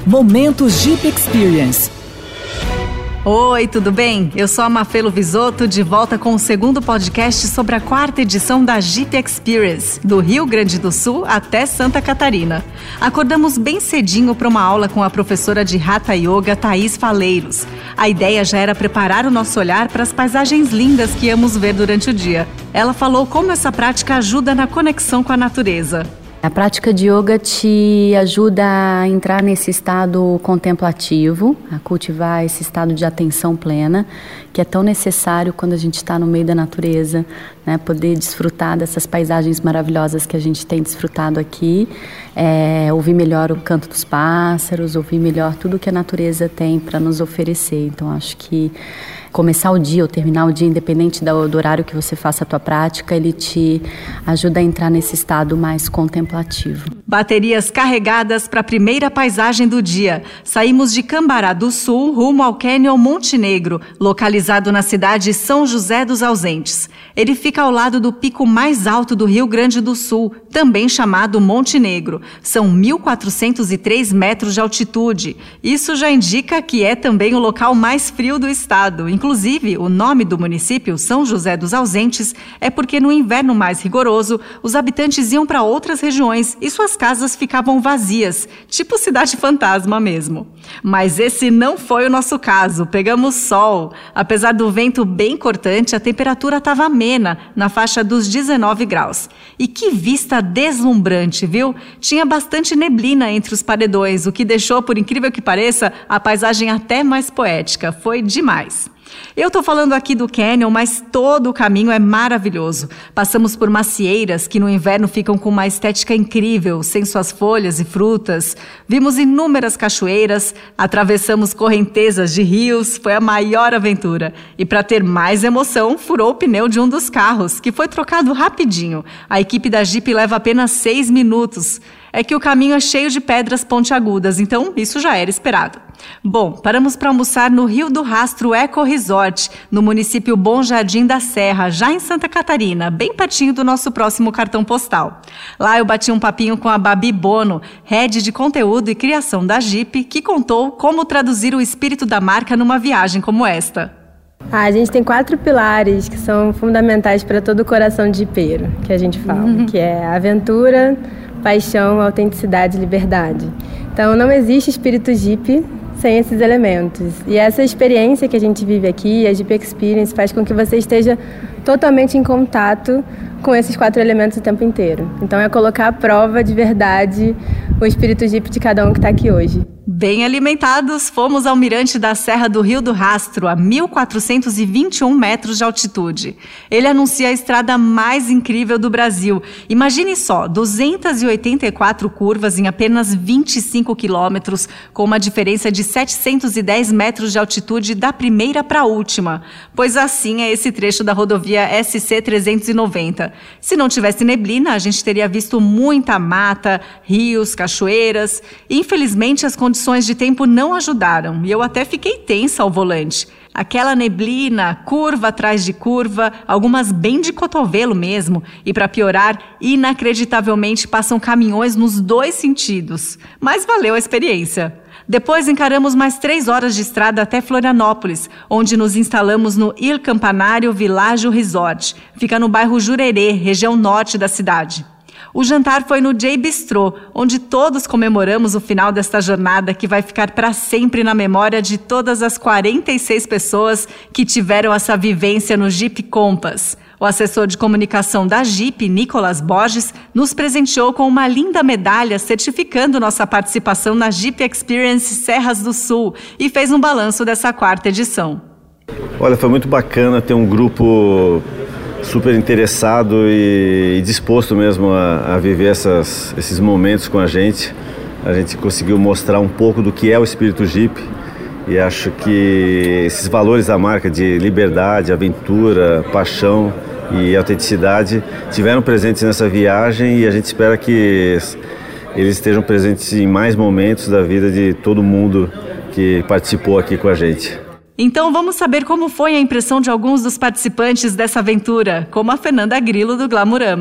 Momentos Jeep Experience. Oi, tudo bem? Eu sou a Mafelo Visoto, de volta com o segundo podcast sobre a 4ª edição da Jeep Experience, do Rio Grande do Sul até Santa Catarina. Acordamos bem cedinho para uma aula com a professora de Hatha Yoga, Thaís Faleiros. A ideia já era preparar o nosso olhar para as paisagens lindas que íamos ver durante o dia. Ela falou como essa prática ajuda na conexão com a natureza. A prática de yoga te ajuda a entrar nesse estado contemplativo, a cultivar esse estado de atenção plena, que é tão necessário quando a gente está no meio da natureza, né? Poder desfrutar dessas paisagens maravilhosas que a gente tem desfrutado aqui, ouvir melhor o canto dos pássaros, ouvir melhor tudo que a natureza tem para nos oferecer. Então, acho que começar o dia ou terminar o dia, independente do horário que você faça a tua prática, ele te ajuda a entrar nesse estado mais contemplativo. Baterias carregadas para a primeira paisagem do dia. Saímos de Cambará do Sul rumo ao Canyon Monte Negro, localizado na cidade São José dos Ausentes. Ele fica ao lado do pico mais alto do Rio Grande do Sul, também chamado Monte Negro. São 1.403 metros de altitude. Isso já indica que é também o local mais frio do estado. Inclusive, o nome do município, São José dos Ausentes, é porque no inverno mais rigoroso, os habitantes iam para outras regiões e suas casas ficavam vazias, tipo cidade fantasma mesmo. Mas esse não foi o nosso caso, pegamos sol. Apesar do vento bem cortante, a temperatura estava amena, na faixa dos 19 graus. E que vista deslumbrante, viu? Tinha bastante neblina entre os paredões, o que deixou, por incrível que pareça, a paisagem até mais poética. Foi demais. Eu tô falando aqui do Canyon, mas todo o caminho é maravilhoso. Passamos por macieiras que no inverno ficam com uma estética incrível, sem suas folhas e frutas. Vimos inúmeras cachoeiras, atravessamos correntezas de rios, foi a maior aventura. E para ter mais emoção, furou o pneu de um dos carros, que foi trocado rapidinho. A equipe da Jeep leva apenas 6 minutos. É que o caminho é cheio de pedras pontiagudas, então isso já era esperado. Bom, paramos para almoçar no Rio do Rastro Eco Resort, no município Bom Jardim da Serra, já em Santa Catarina, bem pertinho do nosso próximo cartão postal. Lá eu bati um papinho com a Babi Bono, head de conteúdo e criação da Jeep, que contou como traduzir o espírito da marca numa viagem como esta. A gente tem 4 pilares que são fundamentais para todo o coração de jipeiro, que a gente fala, que é aventura, paixão, autenticidade e liberdade. Então não existe espírito Jeep sem esses elementos. E essa experiência que a gente vive aqui, a Jeep Experience, faz com que você esteja totalmente em contato com esses 4 elementos o tempo inteiro. Então é colocar à prova de verdade o espírito Jeep de cada um que está aqui hoje. Bem alimentados, fomos ao mirante da Serra do Rio do Rastro, a 1.421 metros de altitude. Ele anuncia a estrada mais incrível do Brasil. Imagine só, 284 curvas em apenas 25 quilômetros, com uma diferença de 710 metros de altitude da primeira para a última. Pois assim é esse trecho da rodovia SC-390. Se não tivesse neblina, a gente teria visto muita mata, rios, cachoeiras. Infelizmente, as condições de tempo não ajudaram e eu até fiquei tensa ao volante. Aquela neblina, curva atrás de curva, algumas bem de cotovelo mesmo, e para piorar, inacreditavelmente passam caminhões nos 2 sentidos. Mas valeu a experiência. Depois encaramos mais 3 horas de estrada até Florianópolis, onde nos instalamos no Il Campanário Világio Resort. Fica no bairro Jurerê, região norte da cidade. O jantar foi no J Bistrô, onde todos comemoramos o final desta jornada que vai ficar para sempre na memória de todas as 46 pessoas que tiveram essa vivência no Jeep Compass. O assessor de comunicação da Jeep, Nicolas Borges, nos presenteou com uma linda medalha certificando nossa participação na Jeep Experience Serras do Sul e fez um balanço dessa 4ª edição. Olha, foi muito bacana ter um grupo super interessado e disposto mesmo a viver esses momentos com a gente. A gente conseguiu mostrar um pouco do que é o espírito Jeep e acho que esses valores da marca de liberdade, aventura, paixão e autenticidade tiveram presentes nessa viagem e a gente espera que eles estejam presentes em mais momentos da vida de todo mundo que participou aqui com a gente. Então vamos saber como foi a impressão de alguns dos participantes dessa aventura, como a Fernanda Grillo do Glamurama.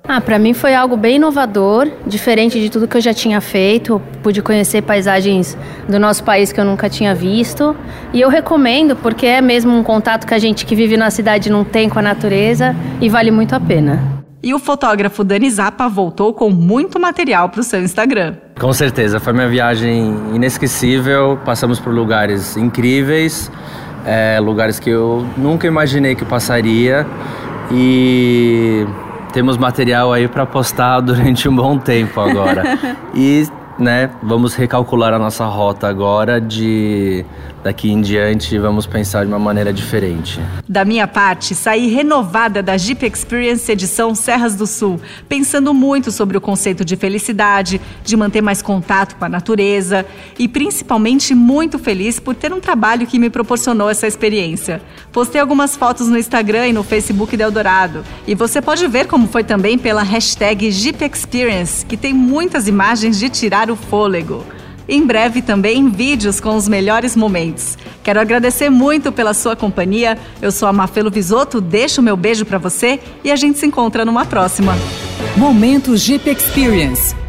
Para mim foi algo bem inovador, diferente de tudo que eu já tinha feito. Eu pude conhecer paisagens do nosso país que eu nunca tinha visto. E eu recomendo porque é mesmo um contato que a gente que vive na cidade não tem com a natureza e vale muito a pena. E o fotógrafo Dani Zappa voltou com muito material para o seu Instagram. Com certeza, foi minha viagem inesquecível. Passamos por lugares incríveis, lugares que eu nunca imaginei que eu passaria. E temos material aí para postar durante um bom tempo agora. E, vamos recalcular a nossa rota agora daqui em diante, vamos pensar de uma maneira diferente. Da minha parte, saí renovada da Jeep Experience edição Serras do Sul, pensando muito sobre o conceito de felicidade, de manter mais contato com a natureza e principalmente muito feliz por ter um trabalho que me proporcionou essa experiência. Postei algumas fotos no Instagram e no Facebook da Eldorado e você pode ver como foi também pela hashtag Jeep Experience, que tem muitas imagens de tirar o fôlego. Em breve também vídeos com os melhores momentos. Quero agradecer muito pela sua companhia. Eu sou a Mafelo Visoto, deixo o meu beijo para você e a gente se encontra numa próxima. Momento Jeep Experience.